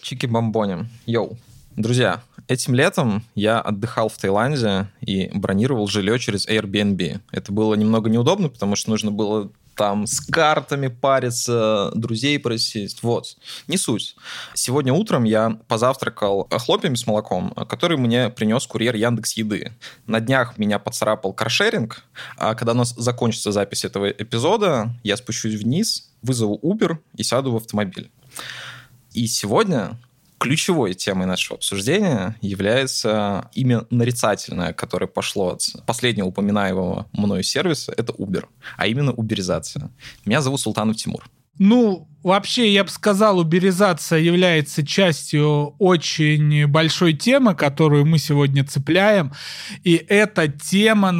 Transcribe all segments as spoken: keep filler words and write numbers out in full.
Чики-бомбони. Йоу. Друзья, этим летом я отдыхал в Таиланде и бронировал жилье через Airbnb. Это было немного неудобно, потому что нужно было там с картами париться, друзей просить. Вот. Не суть. Сегодня утром я позавтракал хлопьями с молоком, который мне принес курьер Яндекс.Еды. На днях меня поцарапал каршеринг, а когда у нас закончится запись этого эпизода, я спущусь вниз, вызову Uber и сяду в автомобиль. И сегодня ключевой темой нашего обсуждения является имя нарицательное, которое пошло от последнего упоминаемого мною сервиса, это Uber, а именно уберизация. Меня зовут Султанов Тимур. Ну, вообще, я бы сказал, уберизация является частью очень большой темы, которую мы сегодня цепляем, и эта тема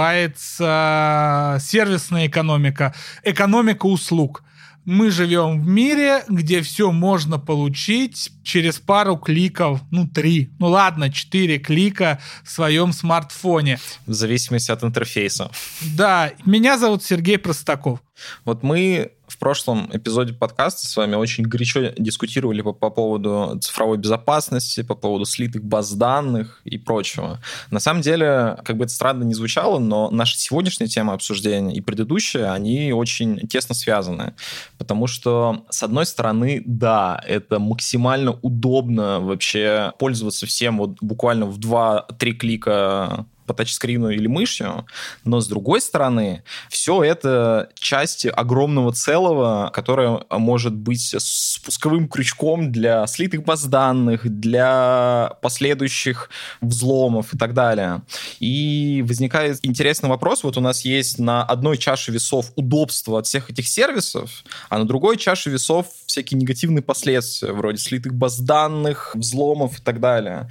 называется сервисная экономика, экономика услуг. Мы живем в мире, где все можно получить через пару кликов, ну, три, ну ладно, четыре клика в своем смартфоне. В зависимости от интерфейса. Да, меня зовут Сергей Простаков. Вот мы в прошлом эпизоде подкаста с вами очень горячо дискутировали по, по поводу цифровой безопасности, по поводу слитых баз данных и прочего. На самом деле, как бы это странно не звучало, но наша сегодняшняя тема обсуждения и предыдущая, они очень тесно связаны. Потому что, с одной стороны, да, это максимально удобно вообще пользоваться всем вот буквально в два-три клика по тачскрину или мышью, но с другой стороны, все это части огромного целого, которое может быть спусковым крючком для слитых баз данных, для последующих взломов и так далее. И возникает интересный вопрос, вот у нас есть на одной чаше весов удобство от всех этих сервисов, а на другой чаше весов всякие негативные последствия, вроде слитых баз данных, взломов и так далее.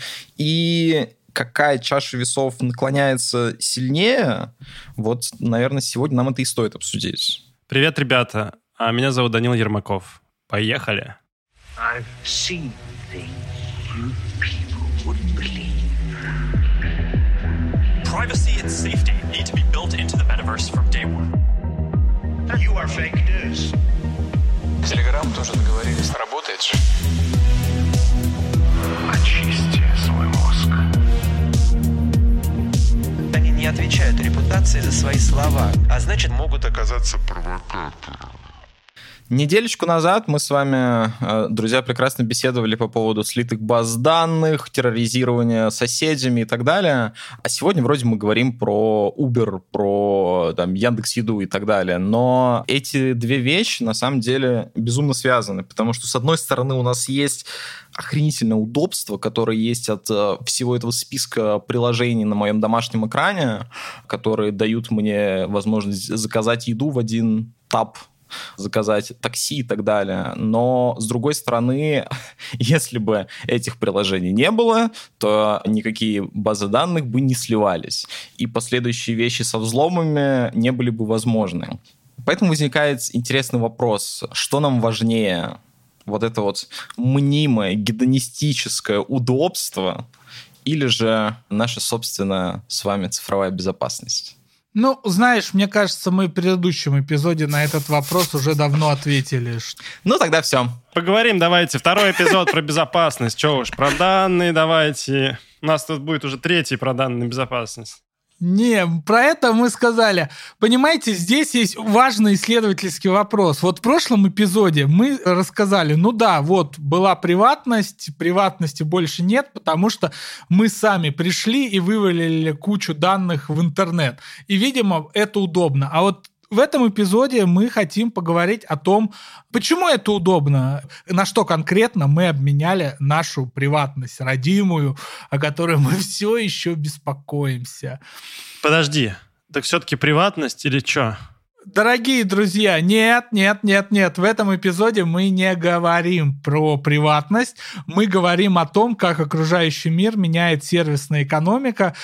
И какая чаша весов наклоняется сильнее, вот, наверное, сегодня нам это и стоит обсудить. Привет, ребята. Меня зовут Данил Ермаков. Поехали. I've seen things you people wouldn't believe. Privacy and safety need to be built into the metaverse from day one. You are fake news. Телеграм тоже договорились. Работает же. Очисти свой мозг. Они не отвечают репутации за свои слова, а значит, могут оказаться провокатором. Неделечку назад мы с вами, друзья, прекрасно беседовали по поводу слитых баз данных, терроризирования соседями и так далее. А сегодня вроде мы говорим про Uber, про там, Яндекс.Еду и так далее. Но эти две вещи на самом деле безумно связаны, потому что, с одной стороны, у нас есть охренительное удобство, которое есть от всего этого списка приложений на моем домашнем экране, которые дают мне возможность заказать еду в один тап, заказать такси и так далее. Но, с другой стороны, если бы этих приложений не было, то никакие базы данных бы не сливались, и последующие вещи со взломами не были бы возможны. Поэтому возникает интересный вопрос, что нам важнее? Вот это вот мнимое гедонистическое удобство или же наша собственная с вами цифровая безопасность? Ну, знаешь, мне кажется, мы в предыдущем эпизоде на этот вопрос уже давно ответили. Ну, тогда все. Поговорим давайте. Второй эпизод про безопасность. Че уж, про данные давайте. У нас тут будет уже третий про данную безопасность. Не, про это мы сказали. Понимаете, здесь есть важный исследовательский вопрос. Вот в прошлом эпизоде мы рассказали, ну да, вот была приватность, приватности больше нет, потому что мы сами пришли и вывалили кучу данных в интернет. И, видимо, это удобно. А вот в этом эпизоде мы хотим поговорить о том, почему это удобно, на что конкретно мы обменяли нашу приватность родимую, о которой мы все еще беспокоимся. Подожди, так все-таки приватность или что? Дорогие друзья, нет, нет, нет, нет, в этом эпизоде мы не говорим про приватность, мы говорим о том, как окружающий мир меняет сервисная экономика,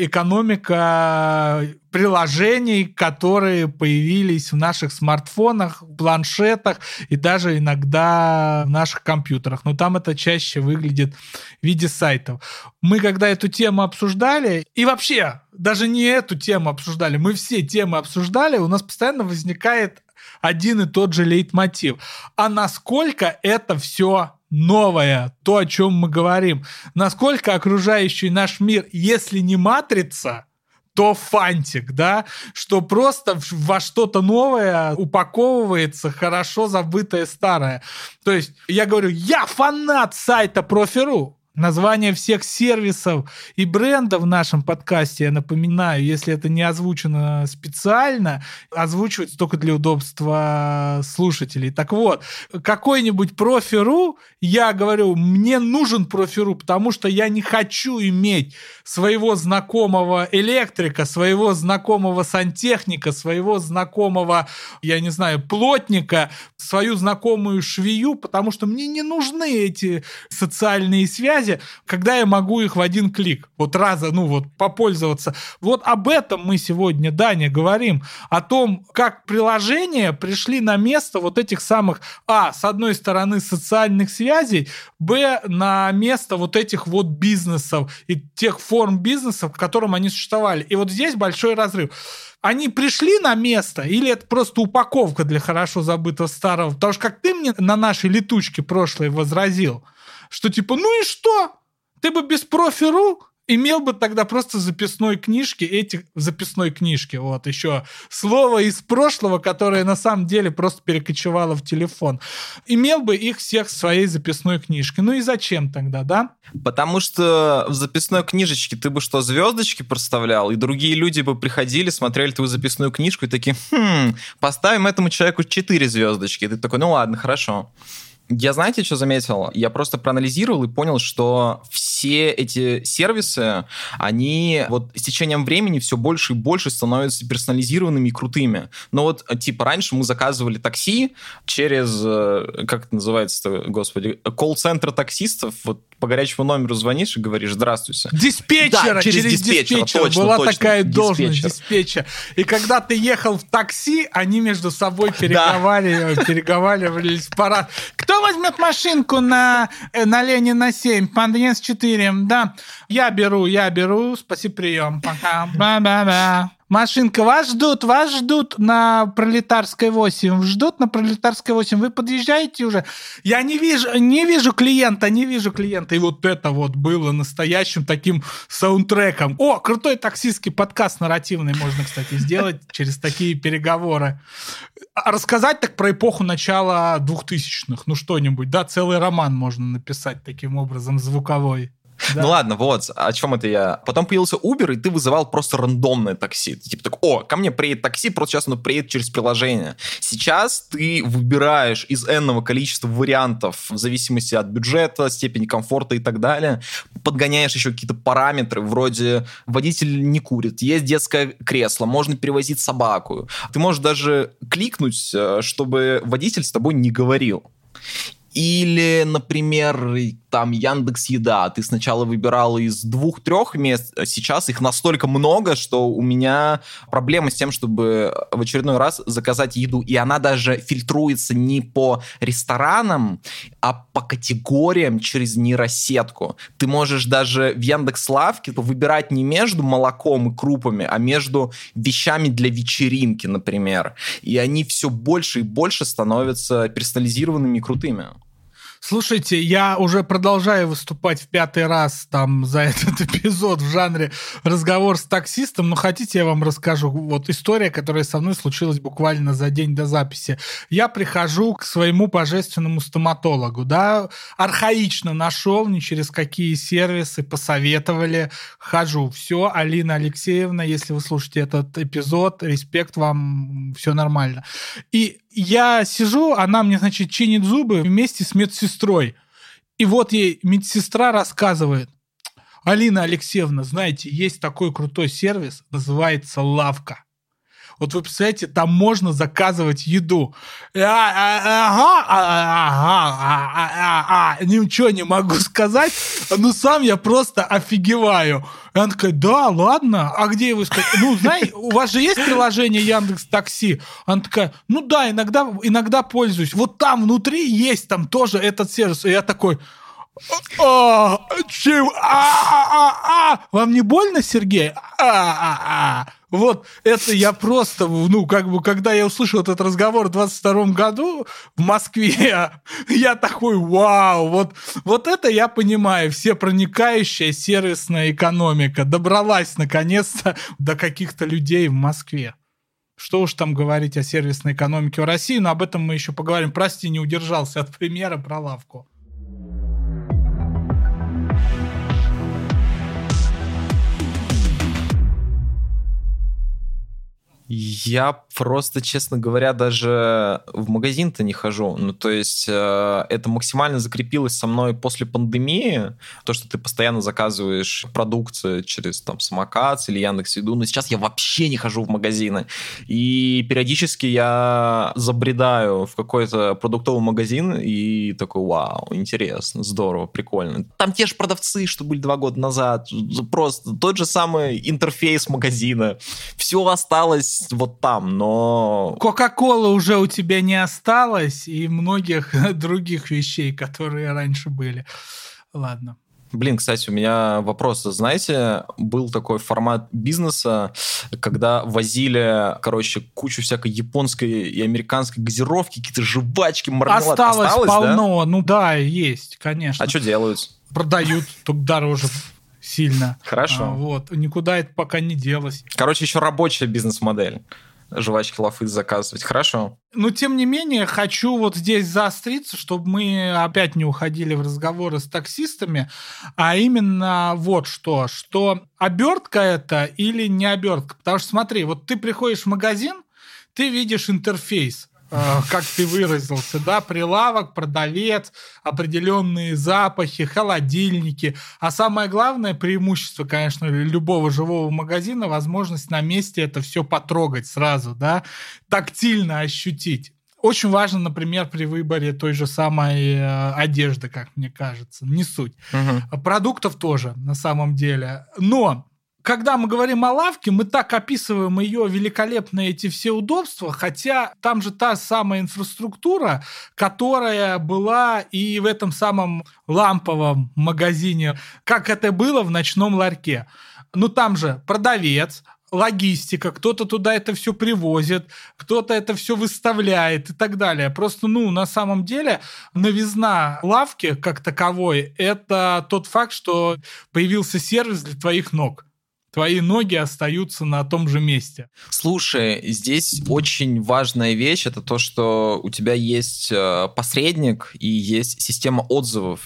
экономика приложений, которые появились в наших смартфонах, планшетах и даже иногда в наших компьютерах. Но там это чаще выглядит в виде сайтов. Мы когда эту тему обсуждали, и вообще даже не эту тему обсуждали, мы все темы обсуждали, у нас постоянно возникает один и тот же лейтмотив. А насколько это все новое, то, о чем мы говорим. Насколько окружающий наш мир, если не матрица, то фантик, да, что просто во что-то новое упаковывается хорошо забытое старое. То есть я говорю, я фанат сайта профи точка ру. Название всех сервисов и брендов в нашем подкасте, я напоминаю, если это не озвучено специально, озвучивается только для удобства слушателей. Так вот, какой-нибудь профи точка ру, я говорю, мне нужен профи точка ру, потому что я не хочу иметь своего знакомого электрика, своего знакомого сантехника, своего знакомого, я не знаю, плотника, свою знакомую швею, потому что мне не нужны эти социальные связи, когда я могу их в один клик, вот раза, ну вот, попользоваться. Вот об этом мы сегодня, Даня, говорим, о том, как приложения пришли на место вот этих самых, а, с одной стороны, социальных связей, б, на место вот этих вот бизнесов и тех форм бизнесов, в котором они существовали. И вот здесь большой разрыв. Они пришли на место, или это просто упаковка для хорошо забытого старого? Потому что как ты мне на нашей летучке прошлой возразил, что типа, ну и что? Ты бы без профи точка ру имел бы тогда просто записной книжки, эти в записной книжке, вот еще слово из прошлого, которое на самом деле просто перекочевало в телефон. Имел бы их всех в своей записной книжке. Ну и зачем тогда, да? Потому что в записной книжечке ты бы что, звездочки проставлял, и другие люди бы приходили, смотрели твою записную книжку и такие, хм, поставим этому человеку четыре звездочки. И ты такой, ну ладно, хорошо. Я, знаете, что заметил? Я просто проанализировал и понял, что все эти сервисы, они вот с течением времени все больше и больше становятся персонализированными и крутыми. Но вот, типа, раньше мы заказывали такси через, как это называется-то, господи, колл-центр таксистов, вот по горячему номеру звонишь и говоришь «Здравствуйте». Диспетчера, да, через, через диспетчера, диспетчера точно, была точно, такая диспетчер. должность диспетчера. И когда ты ехал в такси, они между собой переговаривали, переговаривались в парад. Кто возьмет машинку на, на Ленина семь, подъезд четыре? Да, я беру, я беру, спасибо, прием, пока. Ба-ба-ба. Машинка, вас ждут, вас ждут на Пролетарской восемь. Ждут на Пролетарской восемь. Вы подъезжаете уже? Я не вижу, не вижу клиента, не вижу клиента. И вот это вот было настоящим таким саундтреком. О, крутой таксистский подкаст нарративный можно, кстати, сделать через такие переговоры. Рассказать так про эпоху начала двухтысячных. Ну, что-нибудь, да? Целый роман можно написать таким образом, звуковой. Да. Ну ладно, вот, о чем это я. Потом появился Uber, и ты вызывал просто рандомное такси. Ты типа так, о, ко мне приедет такси, просто сейчас оно приедет через приложение. Сейчас ты выбираешь из энного количества вариантов, в зависимости от бюджета, степени комфорта и так далее, подгоняешь еще какие-то параметры, вроде водитель не курит, есть детское кресло, можно перевозить собаку. Ты можешь даже кликнуть, чтобы водитель с тобой не говорил. Или, например, там Яндекс.Еда. Ты сначала выбирал из двух-трех мест, а сейчас их настолько много, что у меня проблема с тем, чтобы в очередной раз заказать еду. И она даже фильтруется не по ресторанам, а по категориям через нейросетку. Ты можешь даже в Яндекс.Лавке выбирать не между молоком и крупами, а между вещами для вечеринки, например. И они все больше и больше становятся персонализированными и крутыми. Слушайте, я уже продолжаю выступать в пятый раз там за этот эпизод в жанре разговор с таксистом, но хотите, я вам расскажу. Вот история, которая со мной случилась буквально за день до записи. Я прихожу к своему божественному стоматологу, да, архаично нашел, ни через какие сервисы, посоветовали, хожу. Все, Алина Алексеевна, если вы слушаете этот эпизод, респект вам, все нормально. И я сижу, она мне, значит, чинит зубы вместе с медсестрой. И вот ей медсестра рассказывает: Алина Алексеевна, знаете, есть такой крутой сервис, называется Лавка. Вот вы представляете, там можно заказывать еду. Ага, ага, ага, ничего не могу сказать, но сам я просто офигеваю. И она такая: да, ладно, а где вы сказали? Ну, знаете, у вас же есть приложение Яндекс.Такси? Она такая: ну да, иногда, иногда пользуюсь. Вот там внутри есть там тоже этот сервис. И я такой: а, чем? А, а, а, а. Вам не больно, Сергей? А, а, а. Вот это я просто, ну, как бы, когда я услышал этот разговор в двадцать втором году в Москве, я такой, вау, вот, вот это я понимаю, всепроникающая сервисная экономика добралась наконец-то до каких-то людей в Москве. Что уж там говорить о сервисной экономике в России, но об этом мы еще поговорим. Прости, не удержался от примера про лавку. Я просто, честно говоря, даже в магазин-то не хожу. Ну, то есть э, это максимально закрепилось со мной после пандемии. То, что ты постоянно заказываешь продукцию через там Самокат или Яндекс.Еду. Но сейчас я вообще не хожу в магазины. И периодически я забредаю в какой-то продуктовый магазин и такой, вау, интересно, здорово, прикольно. Там те же продавцы, что были два года назад. Просто тот же самый интерфейс магазина. Все осталось вот там, но... Кока-колы уже у тебя не осталось, и многих других вещей, которые раньше были. Ладно. Блин, кстати, у меня вопрос. Знаете, был такой формат бизнеса, когда возили, короче, кучу всякой японской и американской газировки, какие-то жвачки, мармелад. Осталось, Осталось полно. Да? Ну да, есть, конечно. А что делают? Продают, только дороже сильно. Хорошо. А, вот. Никуда это пока не делось. Короче, еще рабочая бизнес-модель. Жвачки лафы заказывать. Хорошо. Но, тем не менее, хочу вот здесь заостриться, чтобы мы опять не уходили в разговоры с таксистами, а именно вот что, что обертка это или не обертка. Потому что смотри, вот ты приходишь в магазин, ты видишь интерфейс, как ты выразился, да, прилавок, продавец, определенные запахи, холодильники. А самое главное преимущество, конечно, любого живого магазина — возможность на месте это все потрогать сразу, да, тактильно ощутить. Очень важно, например, при выборе той же самой э, одежды, как мне кажется, не суть. Угу. Продуктов тоже, на самом деле. Но когда мы говорим о лавке, мы так описываем ее великолепные эти все удобства, хотя там же та самая инфраструктура, которая была и в этом самом ламповом магазине, как это было в ночном ларьке. Ну там же продавец, логистика, кто-то туда это все привозит, кто-то это все выставляет и так далее. Просто, ну, на самом деле, новизна лавки как таковой — это тот факт, что появился сервис для твоих ног. Твои ноги остаются на том же месте. Слушай, здесь очень важная вещь, это то, что у тебя есть посредник и есть система отзывов,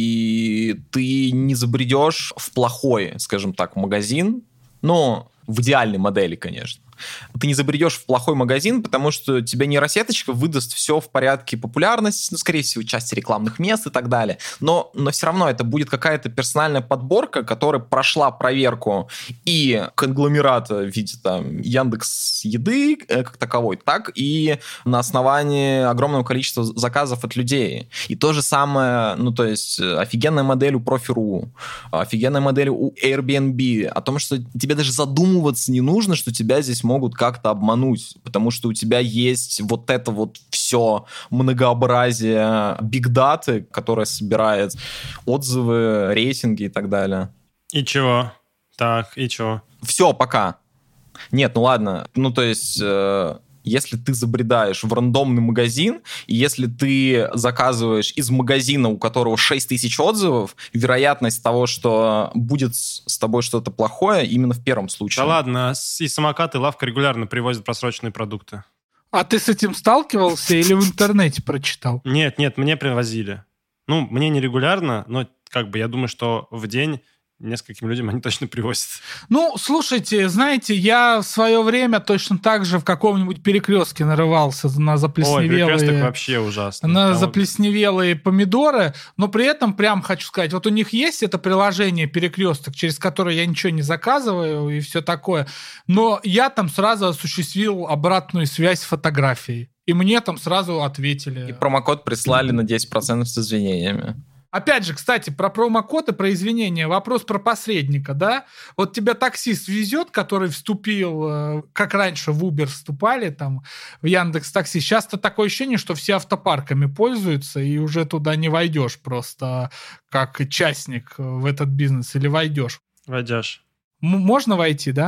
и ты не забредешь в плохой, скажем так, магазин, но в идеальной модели, конечно. Ты не забредешь в плохой магазин, потому что тебе нейросеточка выдаст все в порядке популярности, ну, скорее всего, части рекламных мест и так далее. Но, но все равно это будет какая-то персональная подборка, которая прошла проверку и конгломерата в виде там Яндекс.Еды как таковой, так и на основании огромного количества заказов от людей. И то же самое, ну, то есть офигенная модель у Профи.ру, офигенная модель у Airbnb, о том, что тебе даже задумываться не нужно, что тебя здесь могут как-то обмануть, потому что у тебя есть вот это вот все многообразие бигдаты, которое собирает отзывы, рейтинги и так далее. И чего? Так, и чего? Все, пока. Нет, ну ладно. Ну, то есть... Э- Если ты забредаешь в рандомный магазин, и если ты заказываешь из магазина, у которого шесть тысяч отзывов, вероятность того, что будет с тобой что-то плохое, именно в первом случае. Да ладно, и самокаты, лавка регулярно привозят просроченные продукты. А ты с этим сталкивался или в интернете прочитал? Нет, нет, мне привозили. Ну, мне не регулярно, но как бы я думаю, что в день нескольким людям они точно привозят. Ну, слушайте, знаете, я в свое время точно так же в каком-нибудь перекрестке нарывался на заплесневелые... Ой, перекресток вообще ужасно. На Там заплесневелые помидоры, но при этом прям хочу сказать, вот у них есть это приложение «Перекресток», через которое я ничего не заказываю и все такое, но я там сразу осуществил обратную связь с фотографией, и мне там сразу ответили. И промокод прислали на десять процентов с извинениями. Опять же, кстати, про промокод и про извинения. Вопрос про посредника, да? Вот тебя таксист везет, который вступил, как раньше в Uber вступали, там, в Яндекс.Такси. Сейчас-то такое ощущение, что все автопарками пользуются, и уже туда не войдешь просто как частник в этот бизнес. Или войдешь? Войдешь. М- можно войти, да?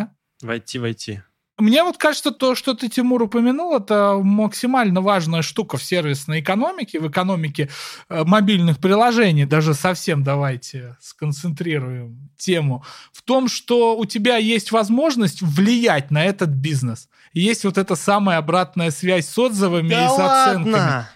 Войти, войти. Мне вот кажется, то, что ты, Тимур, упомянул, это максимально важная штука в сервисной экономике, в экономике э, мобильных приложений. Даже совсем давайте сконцентрируем тему. В том, что у тебя есть возможность влиять на этот бизнес. И есть вот эта самая обратная связь с отзывами Да и с оценками. ладно?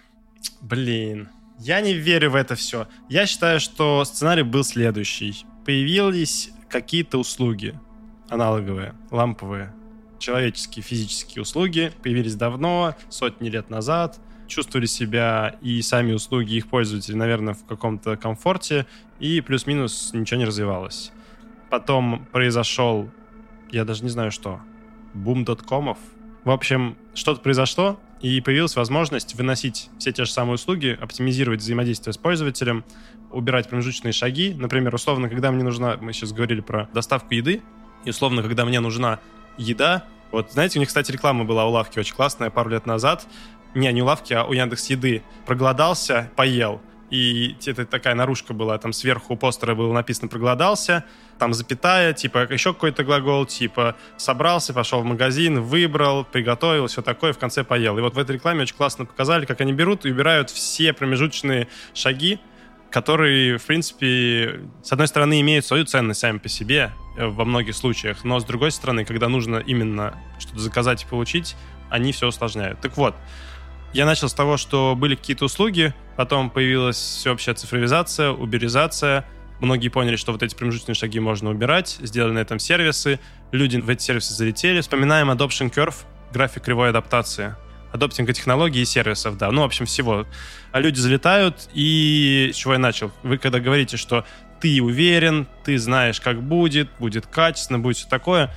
Блин, я не верю в это все. Я считаю, что сценарий был следующий. Появились какие-то услуги аналоговые, ламповые, человеческие, физические услуги, появились давно, сотни лет назад, чувствовали себя и сами услуги, их пользователи, наверное, в каком-то комфорте, и плюс-минус ничего не развивалось. Потом произошел, я даже не знаю что, бум доткомов. В общем, что-то произошло, и появилась возможность выносить все те же самые услуги, оптимизировать взаимодействие с пользователем, убирать промежуточные шаги. Например, условно, когда мне нужна, мы сейчас говорили про доставку еды, и условно, когда мне нужна еда. Вот, знаете, у них, кстати, реклама была у лавки очень классная пару лет назад. Не, не у лавки, а у Яндекс.Еды. Проголодался, поел. И это такая наружка была, там сверху у постера было написано «проголодался», там запятая, типа еще какой-то глагол, типа собрался, пошел в магазин, выбрал, приготовил, все такое, в конце поел. И вот в этой рекламе очень классно показали, как они берут и убирают все промежуточные шаги, которые, в принципе, с одной стороны, имеют свою ценность сами по себе во многих случаях, но с другой стороны, когда нужно именно что-то заказать и получить, они все усложняют. Так вот, я начал с того, что были какие-то услуги, потом появилась всеобщая цифровизация, уберизация. Многие поняли, что вот эти промежуточные шаги можно убирать, сделали на этом сервисы, люди в эти сервисы залетели. Вспоминаем Adoption Curve, график кривой адаптации. Адоптинга технологий и сервисов, да. Ну, в общем, всего. А люди залетают, и с чего я начал? Вы когда говорите, что ты уверен, ты знаешь, как будет, будет качественно, будет все такое.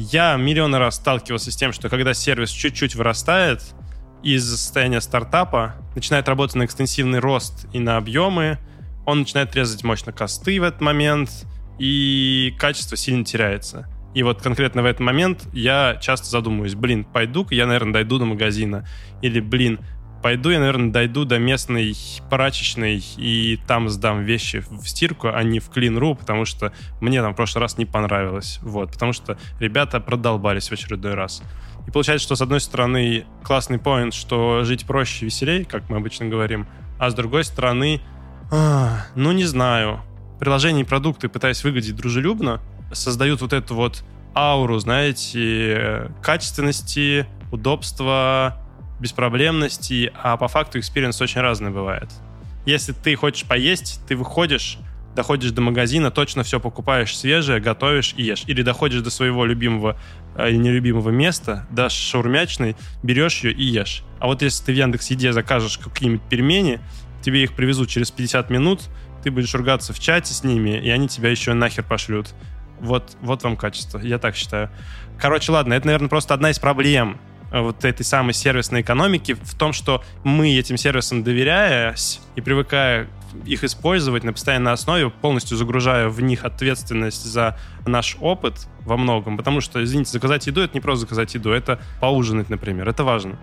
Я миллионы раз сталкивался с тем, что когда сервис чуть-чуть вырастает из состояния стартапа, начинает работать на экстенсивный рост и на объемы, он начинает резать мощно косты в этот момент, и качество сильно теряется. И вот конкретно в этот момент я часто задумываюсь, блин, пойду-ка я, наверное, дойду до магазина. Или, блин, пойду я, наверное, дойду до местной прачечной и там сдам вещи в стирку, а не в Clean.ru, потому что мне там в прошлый раз не понравилось. Вот, потому что ребята продолбались в очередной раз. И получается, что с одной стороны классный поинт, что жить проще и веселее, как мы обычно говорим, а с другой стороны, а, ну не знаю, приложения и продукты, пытаясь выглядеть дружелюбно, создают вот эту вот ауру, знаете, качественности, удобства, беспроблемности, а по факту экспириенс очень разный бывает. Если ты хочешь поесть, ты выходишь, доходишь до магазина, точно все покупаешь свежее, готовишь и ешь. Или доходишь до своего любимого или нелюбимого места, дашь шаурмячной, берешь ее и ешь. А вот если ты в Яндекс.Еде закажешь какие-нибудь пельмени, тебе их привезут через пятьдесят минут, ты будешь ругаться в чате с ними, и они тебя еще нахер пошлют. Вот, вот вам качество, я так считаю. Короче, ладно, это, наверное, просто одна из проблем вот этой самой сервисной экономики в том, что мы этим сервисам доверяясь и привыкая их использовать на постоянной основе, полностью загружая в них ответственность за наш опыт во многом, потому что, извините, заказать еду — это не просто заказать еду, это поужинать, например, это важно.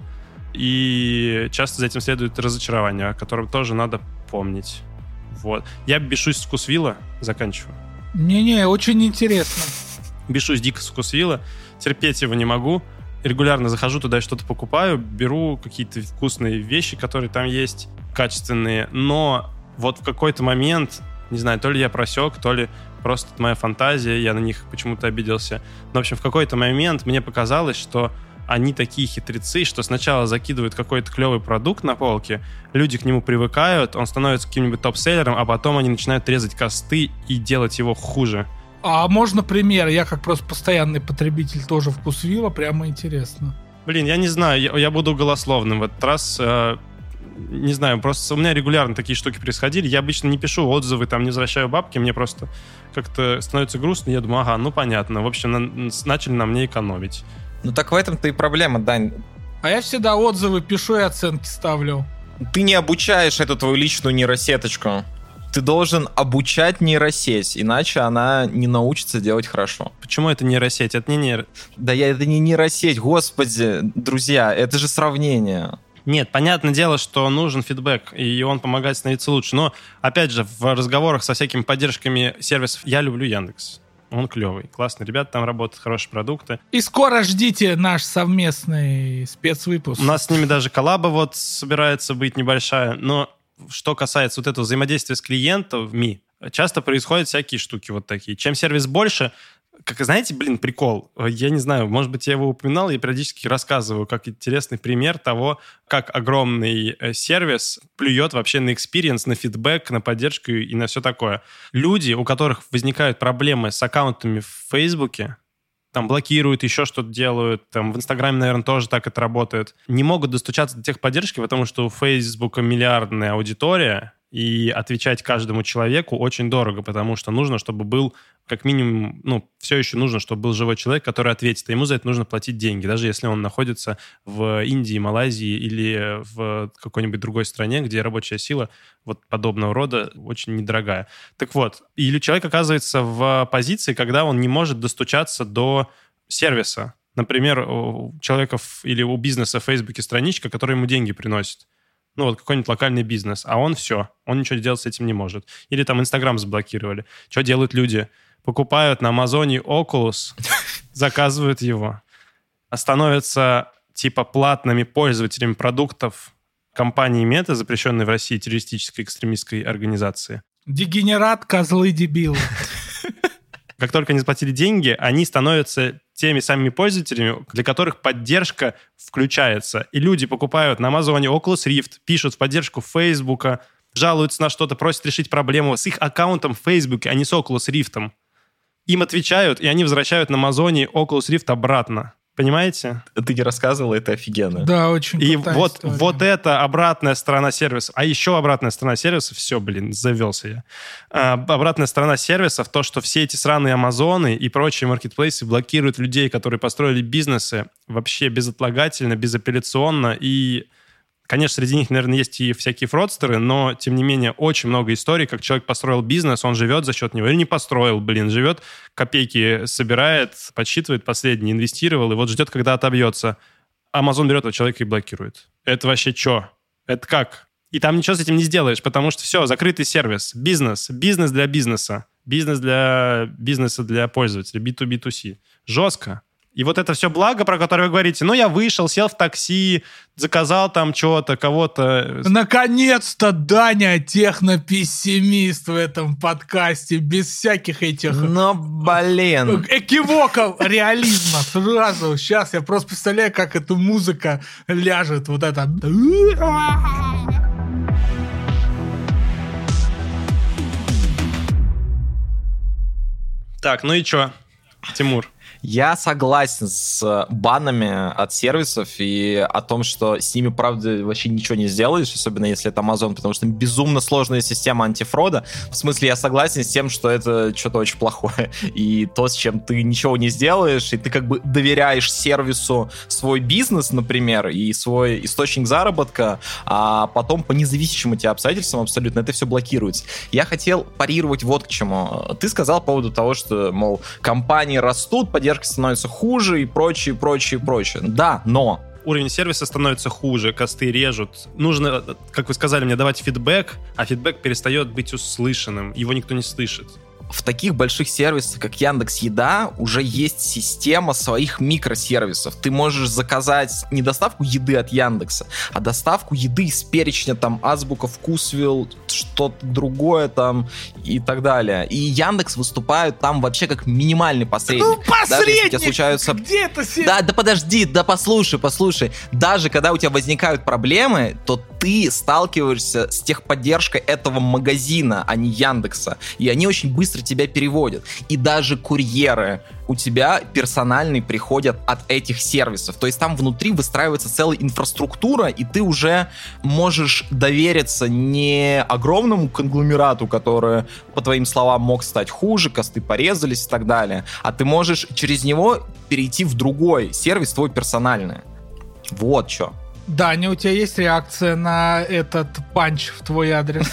И часто за этим следует разочарование, о котором тоже надо помнить. Вот. Я бешусь с Вкусвилла, заканчиваю. Не-не, очень интересно. Бешусь дико с Вкусвилла, терпеть его не могу. Регулярно захожу туда и что-то покупаю, беру какие-то вкусные вещи, которые там есть, качественные. Но вот в какой-то момент, не знаю, то ли я просек, то ли просто это моя фантазия, я на них почему-то обиделся. Но, в общем, в какой-то момент мне показалось, что они такие хитрецы, что сначала закидывают какой-то клевый продукт на полке, люди к нему привыкают, он становится каким-нибудь топ-селлером, а потом они начинают резать косты и делать его хуже. А можно пример? Я как просто постоянный потребитель тоже Вкусвилла, прямо интересно. Блин, я не знаю, я, я буду голословным в этот раз. Э, не знаю, просто у меня регулярно такие штуки происходили. Я обычно не пишу отзывы, там не возвращаю бабки, мне просто как-то становится грустно. Я думаю, ага, ну понятно. В общем, на, начали на мне экономить. Ну так в этом-то и проблема, Дань. А я всегда отзывы пишу и оценки ставлю. Ты не обучаешь эту твою личную нейросеточку. Ты должен обучать нейросеть, иначе она не научится делать хорошо. Почему это нейросеть? Это не нейро... Да я, это не нейросеть, господи, друзья, это же сравнение. Нет, понятное дело, что нужен фидбэк, и он помогает становиться лучше. Но, опять же, в разговорах со всякими поддержками сервисов я люблю Яндекс. он клевый. Классные ребята там работают, хорошие продукты. И скоро ждите наш совместный спецвыпуск. У нас с ними даже коллаба вот собирается быть небольшая. Но что касается вот этого взаимодействия с клиентами, часто происходят всякие штуки вот такие. Чем сервис больше... Как, знаете, блин, прикол. Я не знаю, может быть, я его упоминал, я периодически рассказываю, как интересный пример того, как огромный сервис плюет вообще на экспириенс, на фидбэк, на поддержку и на все такое. Люди, у которых возникают проблемы с аккаунтами в Фейсбуке, там блокируют, еще что-то делают, там в Инстаграме, наверное, тоже так это работает, не могут достучаться до техподдержки, потому что у Фейсбука миллиардная аудитория, и отвечать каждому человеку очень дорого, потому что нужно, чтобы был, как минимум, ну, все еще нужно, чтобы был живой человек, который ответит. И ему за это нужно платить деньги, даже если он находится в Индии, Малайзии или в какой-нибудь другой стране, где рабочая сила вот подобного рода очень недорогая. Так вот, или человек оказывается в позиции, когда он не может достучаться до сервиса. Например, у человека или у бизнеса в Фейсбуке страничка, которая ему деньги приносит. Ну, вот какой-нибудь локальный бизнес, а он все, он ничего делать с этим не может. Или там Инстаграм заблокировали. Что делают люди? Покупают на Амазоне Oculus, заказывают его, становятся типа платными пользователями продуктов компании Мета, запрещенной в России террористической экстремистской организации. Дегенерат, козлы, дебилы. Как только они заплатили деньги, они становятся теми самыми пользователями, для которых поддержка включается. И люди покупают на Амазоне Oculus Rift, пишут в поддержку Фейсбука, жалуются на что-то, просят решить проблему с их аккаунтом в Фейсбуке, а не с Oculus Rift. Им отвечают, и они возвращают на Амазоне Oculus Rift обратно. Понимаете? Ты не рассказывал, это офигенно. Да, очень И крутая вот, история. вот это обратная сторона сервиса. А еще обратная сторона сервиса, все, блин, завелся я. А, обратная сторона сервиса в то, что все эти сраные Амазоны и прочие маркетплейсы блокируют людей, которые построили бизнесы вообще безотлагательно, безапелляционно. И, конечно, среди них, наверное, есть и всякие фродстеры, но, тем не менее, очень много историй, как человек построил бизнес, он живет за счет него. Или не построил, блин, живет, копейки собирает, подсчитывает последние, инвестировал, и вот ждет, когда отобьется. Амазон берет этого человека и блокирует. Это вообще что? Это как? И там ничего с этим не сделаешь, потому что все, закрытый сервис, бизнес, бизнес для бизнеса, бизнес для бизнеса для пользователя, би ту би ту си. Жестко. И вот это все благо, про которое вы говорите, ну, я вышел, сел в такси, заказал там что-то, кого-то... Наконец-то Даня технопессимист в этом подкасте, без всяких этих... Но, блин... Экивоков реализма сразу. Сейчас я просто представляю, как эта музыка ляжет, вот это... Так, ну и что, Тимур? Я согласен с банами от сервисов и о том, что с ними, правда, вообще ничего не сделаешь, особенно если это Amazon, потому что безумно сложная система антифрода. В смысле, я согласен с тем, что это что-то очень плохое. И то, с чем ты ничего не сделаешь, и ты как бы доверяешь сервису свой бизнес, например, и свой источник заработка, а потом по независимым от тебя обстоятельствам абсолютно это все блокируется. Я хотел парировать вот к чему. Ты сказал по поводу того, что, мол, компании растут, поддержка становится хуже и прочее, прочее, прочее. Да, но... Уровень сервиса становится хуже, косты режут. Нужно, как вы сказали мне, давать фидбэк, а фидбэк перестает быть услышанным. Его никто не слышит. В таких больших сервисах, как Яндекс.Еда, уже есть система своих микросервисов. Ты можешь заказать не доставку еды от Яндекса, а доставку еды из перечня, там, Азбука, Вкусвилл, что-то другое там и так далее. И Яндекс выступает там вообще как минимальный посредник. Ну, посредник! Даже если у тебя случаются... Где это сервис? Да, да подожди, да послушай, послушай. Даже когда у тебя возникают проблемы, то ты сталкиваешься с техподдержкой этого магазина, а не Яндекса. И они очень быстро тебя переводят. И даже курьеры у тебя персональные приходят от этих сервисов. То есть там внутри выстраивается целая инфраструктура, и ты уже можешь довериться не огромному конгломерату, который, по твоим словам, мог стать хуже, косты порезались и так далее, а ты можешь через него перейти в другой сервис, твой персональный. Вот что. Даня, у тебя есть реакция на этот панч в твой адрес?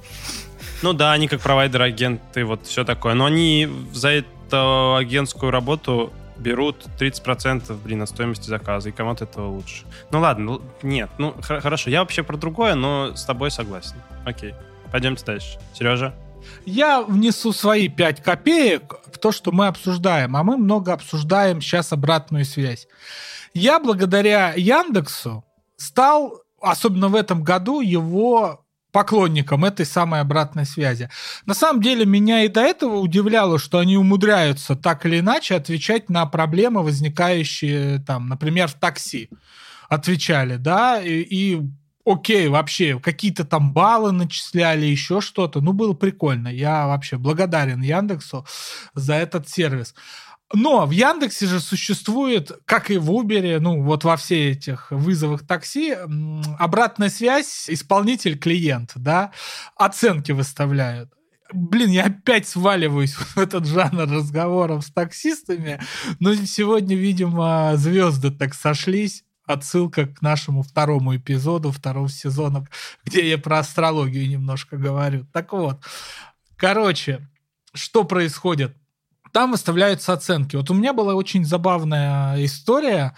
Ну да, они как провайдеры, агенты, вот все такое. Но они за эту агентскую работу берут тридцать процентов, блин, от стоимости заказа, и кому-то этого лучше. Ну ладно, ну, нет, ну х- хорошо, я вообще про другое, но с тобой согласен. Окей, пойдемте дальше. Сережа? Я внесу свои пять копеек в то, что мы обсуждаем, а мы много обсуждаем сейчас обратную связь. Я благодаря Яндексу стал, особенно в этом году, его поклонником этой самой обратной связи. На самом деле, меня и до этого удивляло, что они умудряются так или иначе отвечать на проблемы, возникающие, там, например, в такси. Отвечали, да, и, и окей, вообще, какие-то там баллы начисляли, еще что-то. Ну, было прикольно. Я вообще благодарен Яндексу за этот сервис. Но в Яндексе же существует, как и в Uber, ну вот во всех этих вызовах такси, обратная связь исполнитель-клиент, да, оценки выставляют. Блин, я опять сваливаюсь в этот жанр разговоров с таксистами, но сегодня, видимо, звезды так сошлись. Отсылка к нашему второму эпизоду второго сезона, где я про астрологию немножко говорю. Так вот, короче, что происходит? Там выставляются оценки. Вот у меня была очень забавная история.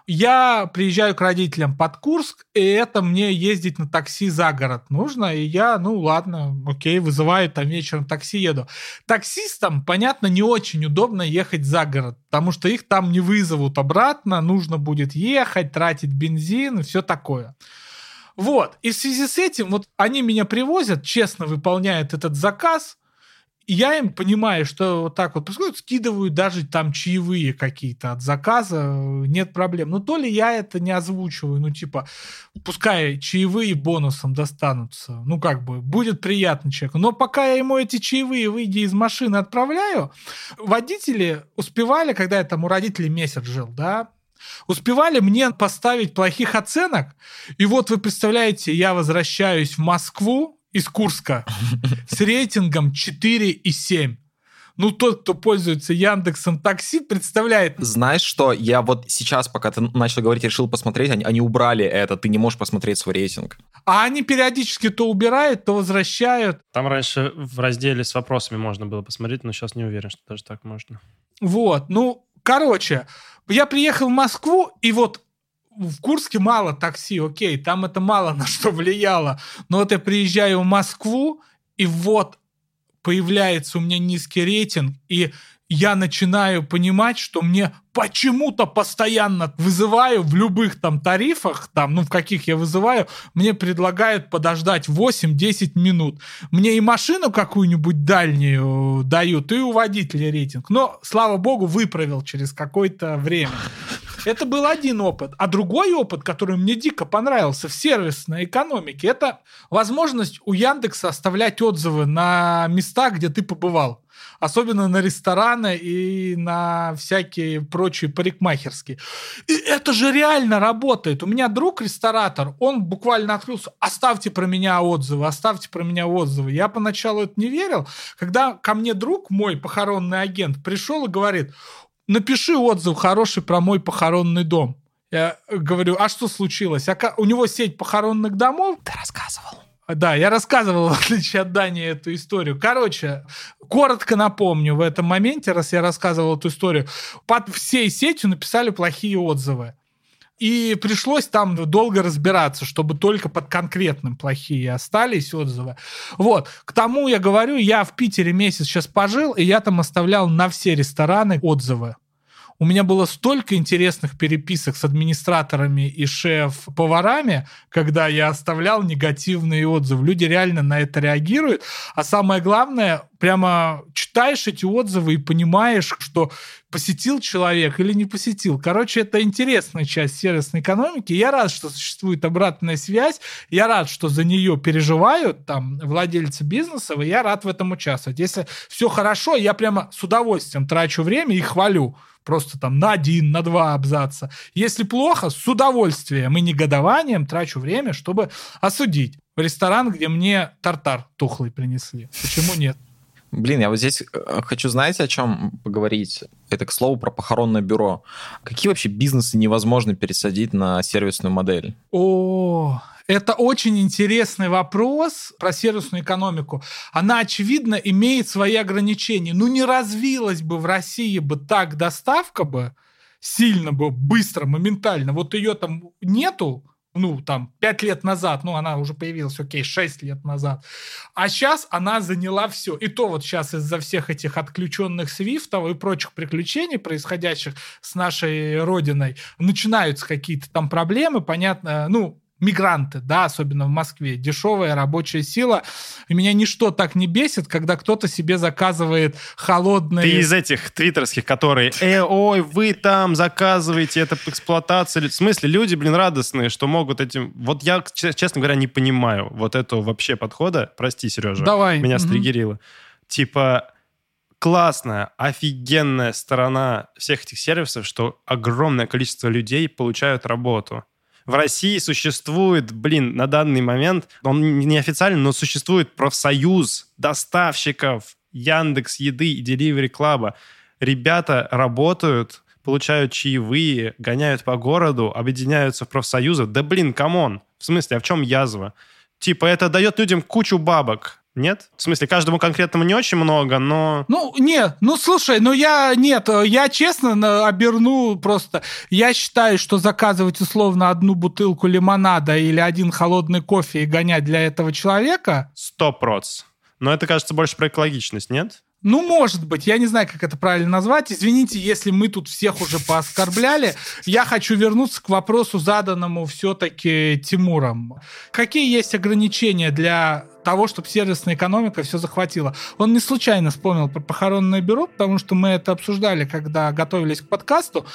Я приезжаю к родителям под Курск, и это мне ездить на такси за город нужно. И я, ну ладно, окей, вызываю, там вечером такси еду. Таксистам, понятно, не очень удобно ехать за город, потому что их там не вызовут обратно, нужно будет ехать, тратить бензин и все такое. Вот, и в связи с этим вот они меня привозят, честно выполняют этот заказ. И я им понимаю, что вот так вот происходит, скидываю даже там чаевые какие-то от заказа, нет проблем. Но то ли я это не озвучиваю, ну типа, пускай чаевые бонусом достанутся, ну как бы, будет приятно человеку. Но пока я ему эти чаевые, выйдя из машины, отправляю, водители успевали, когда я там у родителей месяц жил, да, успевали мне поставить плохих оценок. И вот вы представляете, я возвращаюсь в Москву из Курска с рейтингом четыре и семь. Ну, тот, кто пользуется Яндексом Такси, представляет. Знаешь что, я вот сейчас, пока ты начал говорить, решил посмотреть, они, они убрали это, ты не можешь посмотреть свой рейтинг. А они периодически то убирают, то возвращают. Там раньше в разделе с вопросами можно было посмотреть, но сейчас не уверен, что даже так можно. Вот, ну, короче, я приехал в Москву, и вот в Курске мало такси, окей, там это мало на что влияло. Но вот я приезжаю в Москву, и вот появляется у меня низкий рейтинг, и я начинаю понимать, что мне почему-то постоянно вызываю в любых там тарифах, там, ну, в каких я вызываю, мне предлагают подождать восемь-десять минут. Мне и машину какую-нибудь дальнюю дают, и у водителя рейтинг. Но, слава богу, выправил через какое-то время. Это был один опыт. А другой опыт, который мне дико понравился в сервисной экономике, это возможность у Яндекса оставлять отзывы на места, где ты побывал. Особенно на рестораны и на всякие прочие парикмахерские. И это же реально работает. У меня друг ресторатор, он буквально открылся: оставьте про меня отзывы, оставьте про меня отзывы. Я поначалу это не верил. Когда ко мне друг, мой похоронный агент, пришел и говорит: напиши отзыв хороший про мой похоронный дом. Я говорю: а что случилось? А у него сеть похоронных домов? Ты рассказывал. Да, я рассказывал, в отличие от Дани, эту историю. Короче, коротко напомню в этом моменте, раз я рассказывал эту историю, под всей сетью написали плохие отзывы. И пришлось там долго разбираться, чтобы только под конкретным плохие остались отзывы. Вот. К тому я говорю, я в Питере месяц сейчас пожил, и я там оставлял на все рестораны отзывы. У меня было столько интересных переписок с администраторами и шеф-поварами, когда я оставлял негативные отзывы. Люди реально на это реагируют. А самое главное, прямо читаешь эти отзывы и понимаешь, что посетил человек или не посетил. Короче, это интересная часть сервисной экономики. Я рад, что существует обратная связь. Я рад, что за нее переживают там владельцы бизнеса, и я рад в этом участвовать. Если все хорошо, я прямо с удовольствием трачу время и хвалю. Просто там на один, на два абзаца. Если плохо, с удовольствием и негодованием трачу время, чтобы осудить. В ресторан, где мне тартар тухлый принесли. Почему нет? Блин, я вот здесь хочу, знаете, о чем поговорить? Это, к слову, про похоронное бюро. Какие вообще бизнесы невозможно пересадить на сервисную модель? О, это очень интересный вопрос про сервисную экономику. Она, очевидно, имеет свои ограничения. Ну, не развилась бы в России бы так доставка бы, сильно бы, быстро, моментально. Вот ее там нету ну, там, пять лет назад, ну, она уже появилась, окей, шесть лет назад, а сейчас она заняла все. И то вот сейчас из-за всех этих отключенных свифтов и прочих приключений, происходящих с нашей родиной, начинаются какие-то там проблемы, понятно, ну, мигранты, да, особенно в Москве, дешевая рабочая сила. И меня ничто так не бесит, когда кто-то себе заказывает холодные... Ты из этих твиттерских, которые, э, ой, вы там заказываете, это эксплуатация. В смысле, люди, блин, радостные, что могут этим... Вот я, честно говоря, не понимаю вот этого вообще подхода. Прости, Сережа, Давай. меня Угу. стригерило. Типа, классная, офигенная сторона всех этих сервисов, что огромное количество людей получают работу. В России существует, блин, на данный момент, он неофициально, но существует профсоюз доставщиков Яндекс.Еды и Delivery Club. Ребята работают, получают чаевые, гоняют по городу, объединяются в профсоюзы. Да, блин, камон. В смысле, а в чем язва? Типа, это дает людям кучу бабок. Нет? В смысле, каждому конкретному не очень много, но... Ну, нет, ну, слушай, ну, я, нет, я честно оберну просто, я считаю, что заказывать условно одну бутылку лимонада или один холодный кофе и гонять для этого человека... Сто проц. Но это, кажется, больше про экологичность, нет? Ну, может быть, я не знаю, как это правильно назвать. Извините, если мы тут всех уже пооскорбляли. Я хочу вернуться к вопросу, заданному все-таки Тимуром. Какие есть ограничения для того, чтобы сервисная экономика все захватила? Он не случайно вспомнил про похоронное бюро, потому что мы это обсуждали, когда готовились к подкасту.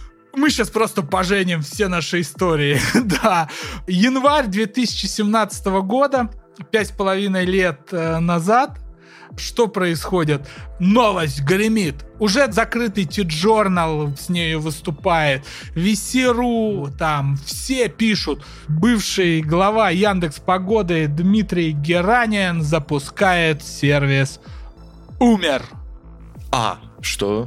Мы сейчас просто поженим все наши истории. Да. Январь две тысячи семнадцатого года, пять с половиной лет назад. Что происходит? Новость гремит. Уже закрытый Ти-Джорнал с нею выступает. Весеру, там, все пишут. Бывший глава Яндекс.Погоды Дмитрий Гераниан запускает сервис «Умер». А, что?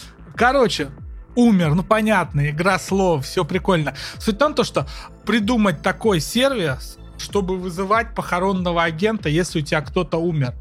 Короче, «Умер», ну понятно, игра слов, все прикольно. Суть в том, то, что придумать такой сервис, чтобы вызывать похоронного агента, если у тебя кто-то умер.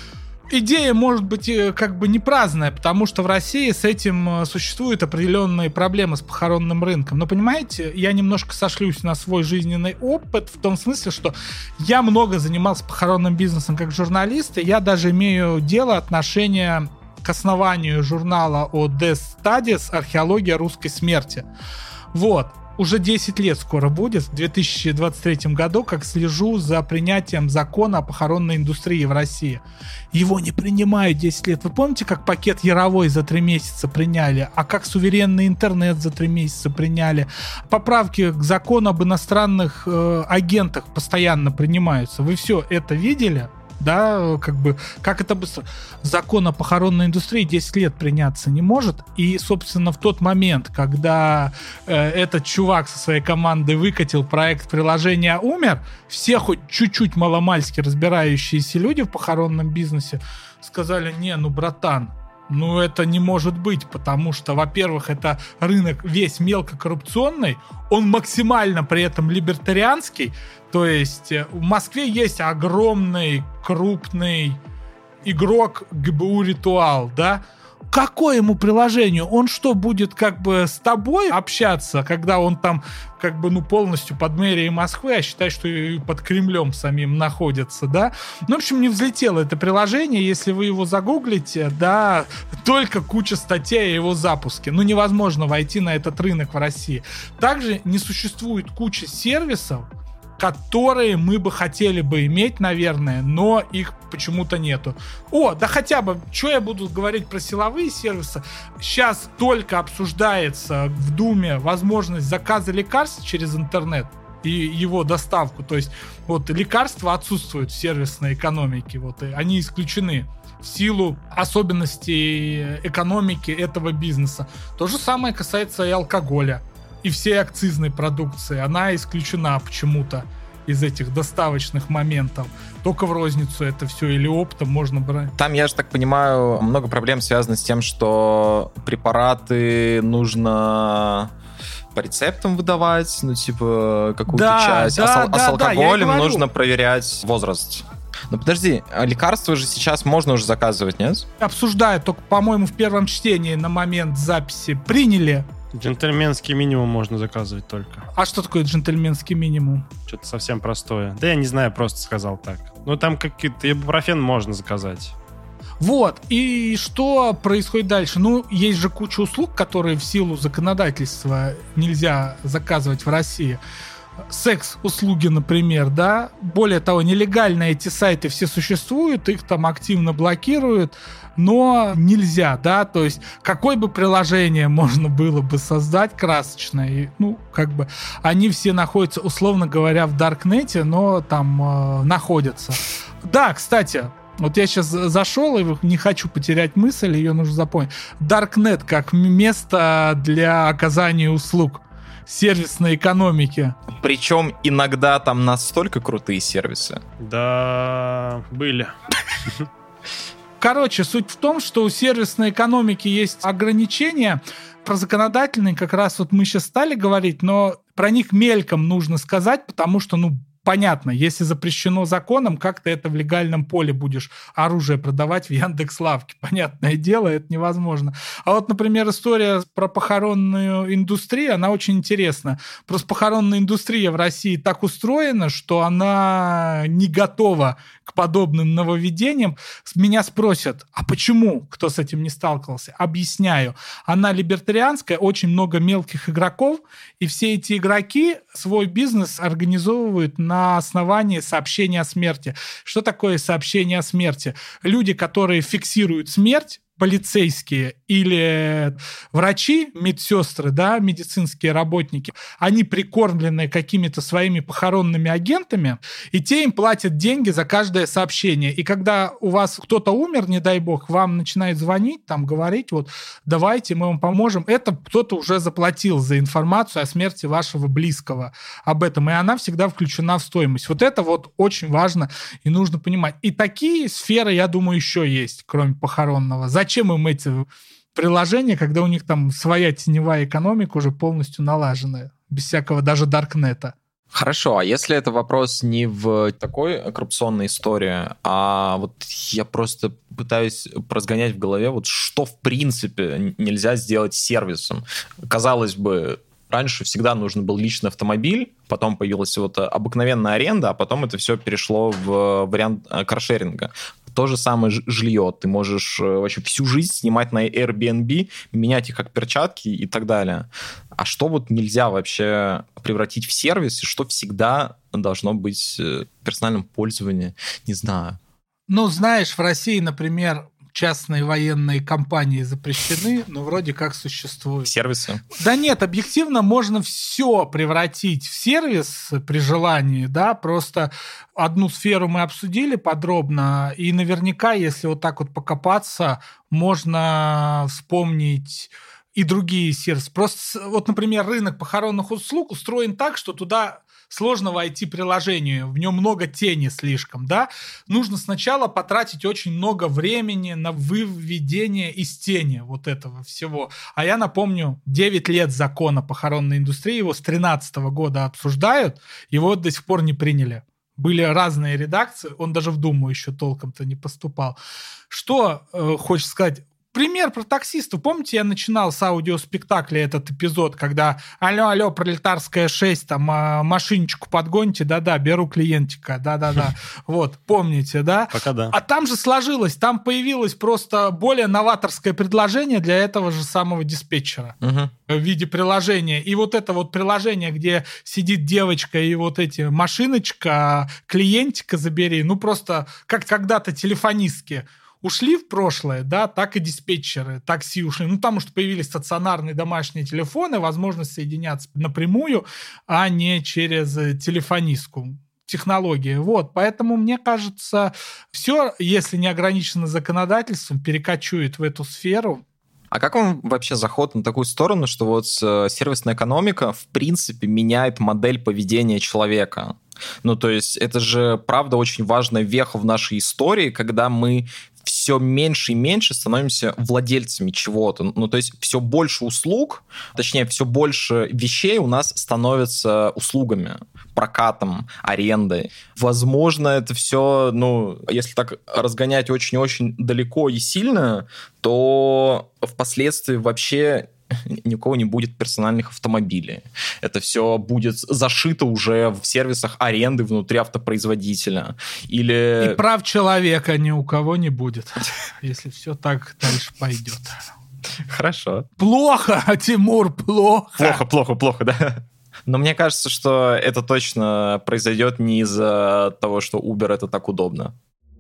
Идея может быть как бы не праздная, потому что в России с этим существуют определенные проблемы с похоронным рынком. Но понимаете, я немножко сошлюсь на свой жизненный опыт в том смысле, что я много занимался похоронным бизнесом как журналист, и я даже имею дело, отношение к основанию журнала о Death Studies «Археология русской смерти». Вот. Уже десять лет скоро будет, в две тысячи двадцать третьем году, как слежу за принятием закона о похоронной индустрии в России. Его не принимают десять лет. Вы помните, как пакет Яровой за три месяца приняли? А как суверенный интернет за три месяца приняли? Поправки к закону об иностранных э, агентах постоянно принимаются. Вы все это видели? Да, как бы, как это быстро. Закон о похоронной индустрии десять лет приняться не может. И, собственно, в тот момент, когда э, этот чувак со своей командой выкатил проект приложения «Умер», все хоть чуть-чуть маломальски разбирающиеся люди в похоронном бизнесе сказали: не, ну, братан, ну, это не может быть, потому что, во-первых, это рынок весь мелкокоррупционный, он максимально при этом либертарианский, то есть в Москве есть огромный, крупный игрок ГБУ «Ритуал», да? Какое ему приложение? Он что, будет как бы с тобой общаться, когда он там как бы, ну, полностью под мэрией Москвы, а считай, что и под Кремлем самим находится, да? Ну, в общем, не взлетело это приложение, если вы его загуглите, да, только куча статей о его запуске. Ну, невозможно войти на этот рынок в России. Также не существует куча сервисов, которые мы бы хотели бы иметь, наверное, но их почему-то нету. О, да хотя бы, что я буду говорить про силовые сервисы? Сейчас только обсуждается в Думе возможность заказа лекарств через интернет и его доставку. То есть вот лекарства отсутствуют в сервисной экономике, вот, и они исключены в силу особенностей экономики этого бизнеса. То же самое касается и алкоголя. И всей акцизной продукции, она исключена почему-то из этих доставочных моментов. Только в розницу это все или оптом можно брать. Там, я же так понимаю, много проблем связано с тем, что препараты нужно по рецептам выдавать, ну, типа, какую-то да, часть. Да, а, да, с, а с алкоголем да, нужно проверять возраст. Ну, подожди, а лекарства же сейчас можно уже заказывать, нет? Обсуждают, только, по-моему, в первом чтении на момент записи приняли Джентльменский минимум можно заказывать только. А что такое джентльменский минимум? Что-то совсем простое. Да я не знаю, просто сказал так. Ну, там какие-то ибупрофен можно заказать. Вот, и что происходит дальше? Ну, есть же куча услуг, которые в силу законодательства нельзя заказывать в России. Секс-услуги, например, да. Более того, нелегально эти сайты все существуют, их там активно блокируют, но нельзя, да, то есть какое бы приложение можно было бы создать красочное, и, ну, как бы, они все находятся, условно говоря, в Даркнете, но там э, находятся. Да, кстати, вот я сейчас зашел и не хочу потерять мысль, ее нужно запомнить. Даркнет как место для оказания услуг сервисной экономики. Причем иногда там настолько крутые сервисы. Да, были. Короче, суть в том, что у сервисной экономики есть ограничения. Про законодательные как раз вот мы сейчас стали говорить, но про них мельком нужно сказать, потому что, ну, понятно, если запрещено законом, как ты это в легальном поле будешь оружие продавать в Яндекс.Лавке? Понятное дело, это невозможно. А вот, например, история про похоронную индустрию, она очень интересна. Просто похоронная индустрия в России так устроена, что она не готова к подобным нововведениям. Меня спросят, а почему? Кто с этим не сталкивался? Объясняю. Она либертарианская, очень много мелких игроков, и все эти игроки свой бизнес организовывают на на основании сообщения о смерти. Что такое сообщение о смерти? Люди, которые фиксируют смерть, полицейские или врачи, медсестры, да, медицинские работники, они прикормлены какими-то своими похоронными агентами, и те им платят деньги за каждое сообщение. И когда у вас кто-то умер, не дай бог, вам начинает звонить, там, говорить, вот, давайте, мы вам поможем. Это кто-то уже заплатил за информацию о смерти вашего близкого об этом, и она всегда включена в стоимость. Вот это вот очень важно и нужно понимать. И такие сферы, я думаю, еще есть, кроме похоронного. Зачем им эти приложения, когда у них там своя теневая экономика уже полностью налаженная, без всякого даже даркнета? Хорошо, а если это вопрос не в такой коррупционной истории, а вот я просто пытаюсь разгонять в голове, вот что в принципе нельзя сделать сервисом. Казалось бы, раньше всегда нужен был личный автомобиль, потом появилась вот обыкновенная аренда, а потом это все перешло в вариант каршеринга. То же самое жилье. Ты можешь вообще всю жизнь снимать на Airbnb, менять их как перчатки и так далее. А что вот нельзя вообще превратить в сервис, и что всегда должно быть в персональном пользовании? Не знаю. Ну, знаешь, в России, например, частные военные компании запрещены, но вроде как существуют. Сервисы? Да нет, объективно можно все превратить в сервис при желании, да, просто одну сферу мы обсудили подробно, и наверняка, если вот так вот покопаться, можно вспомнить и другие сервисы. Просто вот, например, рынок похоронных услуг устроен так, что туда сложно войти приложению, в нем много тени слишком, да, нужно сначала потратить очень много времени на выведение из тени вот этого всего. А я напомню, девять лет закона похоронной индустрии, его с тринадцатого года обсуждают, его до сих пор не приняли. Были разные редакции, он даже в Думу еще толком-то не поступал. Что э, хочешь сказать? Пример про таксистов. Помните, я начинал с аудиоспектакля этот эпизод, когда алло, алло, пролетарская шесть, там, машинечку подгоните, да-да, беру клиентика, да-да-да. Вот, помните, да? Пока да. А там же сложилось, там появилось просто более новаторское предложение для этого же самого диспетчера Угу. в виде приложения. И вот это вот приложение, где сидит девочка и вот эти машиночка, клиентика забери, ну просто как когда-то телефонистки ушли в прошлое, да, так и диспетчеры такси ушли. Ну, потому что появились стационарные домашние телефоны, возможность соединяться напрямую, а не через телефонистку. Технологии. Вот. Поэтому, мне кажется, все, если не ограничено законодательством, перекочует в эту сферу. А как вам вообще заход на такую сторону, что вот сервисная экономика, в принципе, меняет модель поведения человека? Ну, то есть это же, правда, очень важная веха в нашей истории, когда мы все меньше и меньше становимся владельцами чего-то. Ну, то есть все больше услуг, точнее, все больше вещей у нас становятся услугами, прокатом, арендой. Возможно, это все, ну, если так разгонять очень-очень далеко и сильно, то впоследствии вообще ни у кого не будет персональных автомобилей. Это все будет зашито уже в сервисах аренды внутри автопроизводителя. Или... И прав человека ни у кого не будет, если все так дальше пойдет. Хорошо. Плохо, Тимур, плохо. Плохо, плохо, плохо, да. Но мне кажется, что это точно произойдет не из-за того, что Uber это так удобно.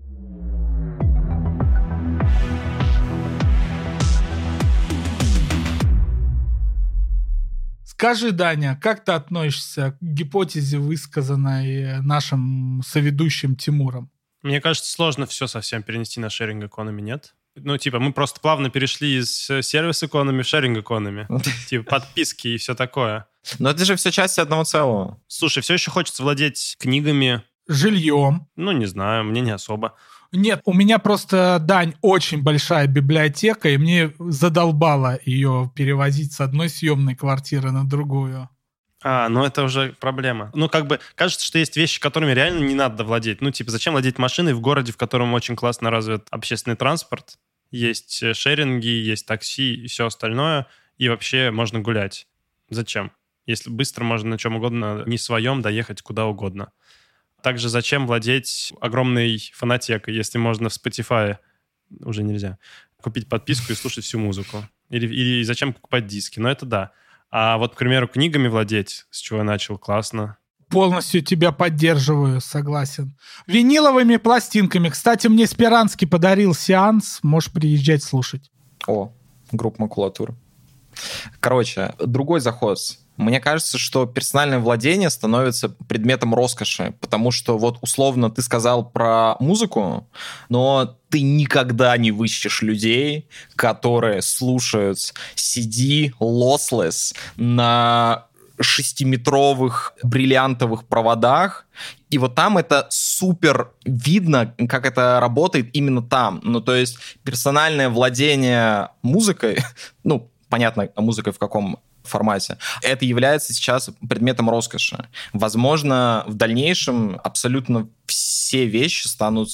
Скажи, Даня, как ты относишься к гипотезе, высказанной нашим соведущим Тимуром? Мне кажется, сложно все совсем перенести на sharing economy, нет? Ну, типа, мы просто плавно перешли из сервис economy в sharing economy. Типа, подписки и все такое. Но это же все части одного целого. Слушай, все еще хочется владеть книгами. Жильем. Ну, не знаю, мне не особо. Нет, у меня просто, Дань, очень большая библиотека, и мне задолбало ее перевозить с одной съемной квартиры на другую. А, ну это уже проблема. Ну, как бы, кажется, что есть вещи, которыми реально не надо владеть. Ну, типа, зачем владеть машиной в городе, в котором очень классно развит общественный транспорт, есть шеринги, есть такси и все остальное, и вообще можно гулять. Зачем? Если быстро можно на чем угодно, не своем, доехать куда угодно. Также зачем владеть огромной фонотекой, если можно в Spotify, уже нельзя, купить подписку и слушать всю музыку? Или, или зачем покупать диски? Ну, это да. А вот, к примеру, книгами владеть, с чего я начал, классно. Полностью тебя поддерживаю, согласен. Виниловыми пластинками. Кстати, мне Спиранский подарил сеанс. Можешь приезжать слушать. О, группа макулатура. Короче, другой заход. Мне кажется, что персональное владение становится предметом роскоши, потому что вот условно ты сказал про музыку, но ты никогда не выщешь людей, которые слушают си ди lossless на шестиметровых бриллиантовых проводах, и вот там это супер видно, как это работает именно там. Ну, то есть персональное владение музыкой, ну, понятно, музыкой в каком формате, это является сейчас предметом роскоши. Возможно, в дальнейшем абсолютно все вещи станут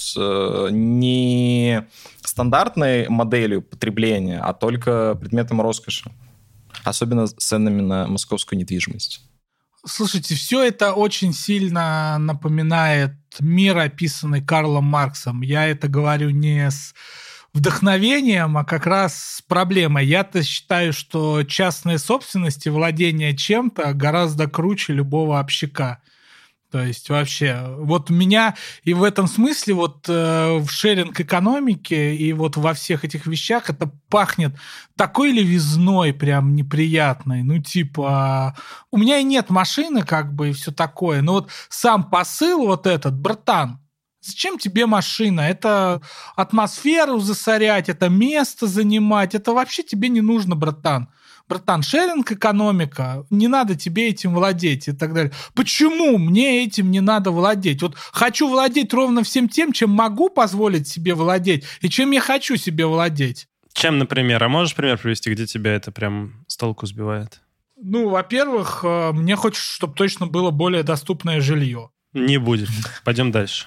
не стандартной моделью потребления, а только предметом роскоши. Особенно с ценами на московскую недвижимость. Слушайте, все это очень сильно напоминает мир, описанный Карлом Марксом. Я это говорю не с вдохновением, а как раз с проблемой. Я-то считаю, что частная собственность и владение чем-то гораздо круче любого общака. То есть вообще, вот у меня и в этом смысле вот э, в шеринг-экономике и вот во всех этих вещах это пахнет такой левизной прям неприятной. Ну типа, у меня и нет машины как бы и все такое, но вот сам посыл вот этот, братан, зачем тебе машина? Это атмосферу засорять, это место занимать, это вообще тебе не нужно, братан. Братан, шеринг-экономика, не надо тебе этим владеть и так далее. Почему мне этим не надо владеть? Вот хочу владеть ровно всем тем, чем могу позволить себе владеть, и чем я хочу себе владеть. Чем, например? А можешь пример привести, где тебя это прям с толку сбивает? Ну, во-первых, мне хочется, чтобы точно было более доступное жилье. Не будет. Пойдем дальше.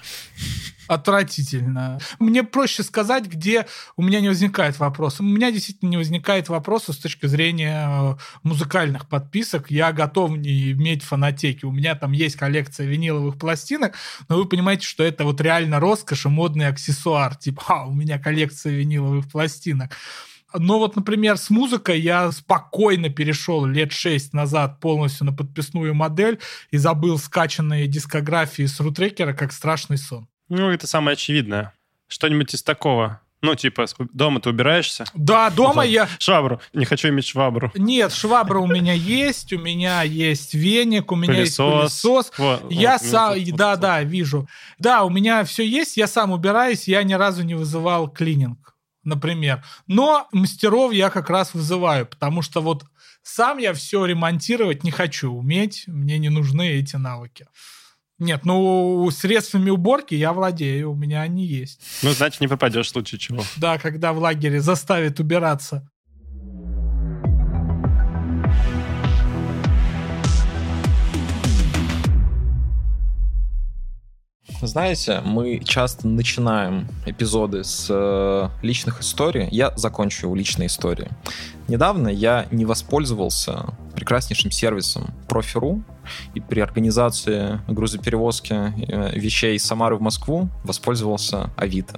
Отвратительно. Мне проще сказать, где у меня не возникает вопроса. У меня действительно не возникает вопроса с точки зрения музыкальных подписок. Я готов не иметь фонотеки. У меня там есть коллекция виниловых пластинок, но вы понимаете, что это вот реально роскошь и модный аксессуар. Типа, а, у меня коллекция виниловых пластинок. Но вот, например, с музыкой я спокойно перешел лет шесть назад полностью на подписную модель и забыл скачанные дискографии с рутрекера как страшный сон. Ну, это самое очевидное. Что-нибудь из такого. Ну, типа, дома ты убираешься? Да, дома Ага. я... Швабру. Не хочу иметь швабру. Нет, швабра у меня есть, у меня есть веник, у меня Пылесос. есть пылесос. Вот, Я вот, сам... вот, вот, да, вот. да, вижу. Да, у меня все есть, я сам убираюсь, я ни разу не вызывал клининг, например. Но мастеров я как раз вызываю, потому что вот сам я все ремонтировать не хочу уметь, мне не нужны эти навыки. Нет, ну, средствами уборки я владею, у меня они есть. Ну, значит, не попадешь в случае чего. Да, когда в лагере заставят убираться. Знаете, мы часто начинаем эпизоды с э, личных историй. Я закончу личные истории. Недавно я не воспользовался прекраснейшим сервисом Профи.ру, и при организации грузоперевозки э, вещей из Самары в Москву воспользовался Авито.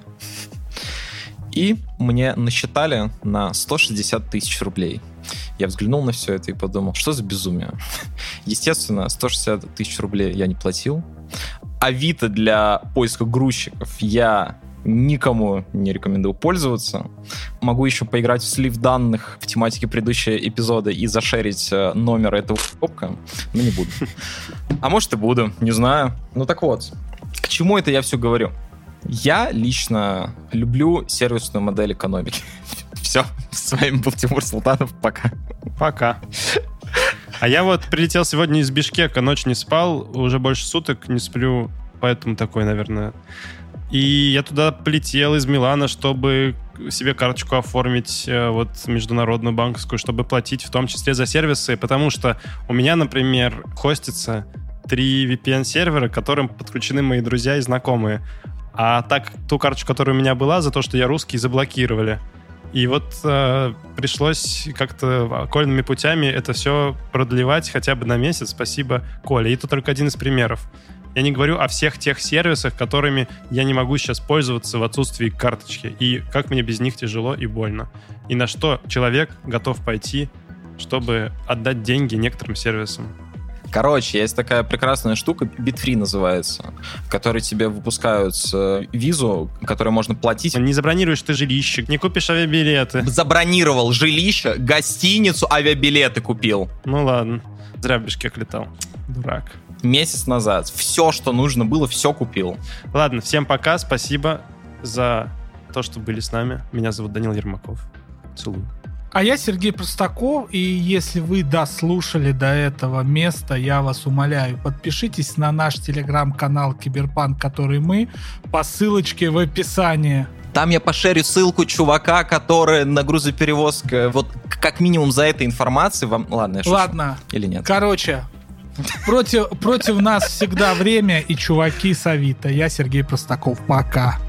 И мне насчитали на сто шестьдесят тысяч рублей. Я взглянул на все это и подумал, что за безумие. Естественно, сто шестьдесят тысяч рублей я не платил. Авито для поиска грузчиков я никому не рекомендую пользоваться. Могу еще поиграть в слив данных в тематике предыдущего эпизода и зашерить номер этого копка, но не буду. А может и буду, не знаю. Ну так вот, к чему это я все говорю? Я лично люблю сервисную модель экономики. Все, с вами был Тимур Султанов, пока. Пока. А я вот прилетел сегодня из Бишкека, ночь не спал, уже больше суток не сплю, поэтому такой, наверное. И я туда полетел из Милана, чтобы себе карточку оформить, вот международную банковскую, чтобы платить в том числе за сервисы, потому что у меня, например, хостится три ви пи эн-сервера, к которым подключены мои друзья и знакомые. А так ту карточку, которая у меня была, за то, что я русский, заблокировали. И вот э, пришлось как-то окольными путями это все продлевать хотя бы на месяц. Спасибо, Коля. И это только один из примеров. Я не говорю о всех тех сервисах, которыми я не могу сейчас пользоваться в отсутствии карточки. И как мне без них тяжело и больно. И на что человек готов пойти, чтобы отдать деньги некоторым сервисам. Короче, есть такая прекрасная штука, Bitfree называется, в которой тебе выпускают визу, которой можно платить. Не забронируешь ты жилище, не купишь авиабилеты. Забронировал жилище, гостиницу, авиабилеты купил. Ну ладно, зря в Бишкек летал. Дурак. Месяц назад. Все, что нужно было, все купил. Ладно, всем пока, спасибо за то, что были с нами. Меня зовут Данил Ермаков. Целую. А я Сергей Простаков, и если вы дослушали до этого места, я вас умоляю, подпишитесь на наш телеграм-канал Киберпанк, который мы, по ссылочке в описании. Там я пошерю ссылку чувака, который на грузоперевозке. Вот как минимум за этой информацией вам... Ладно, я шучу. Ладно. Или нет? Короче, против, против нас всегда время и чуваки с Авито. Я Сергей Простаков. Пока.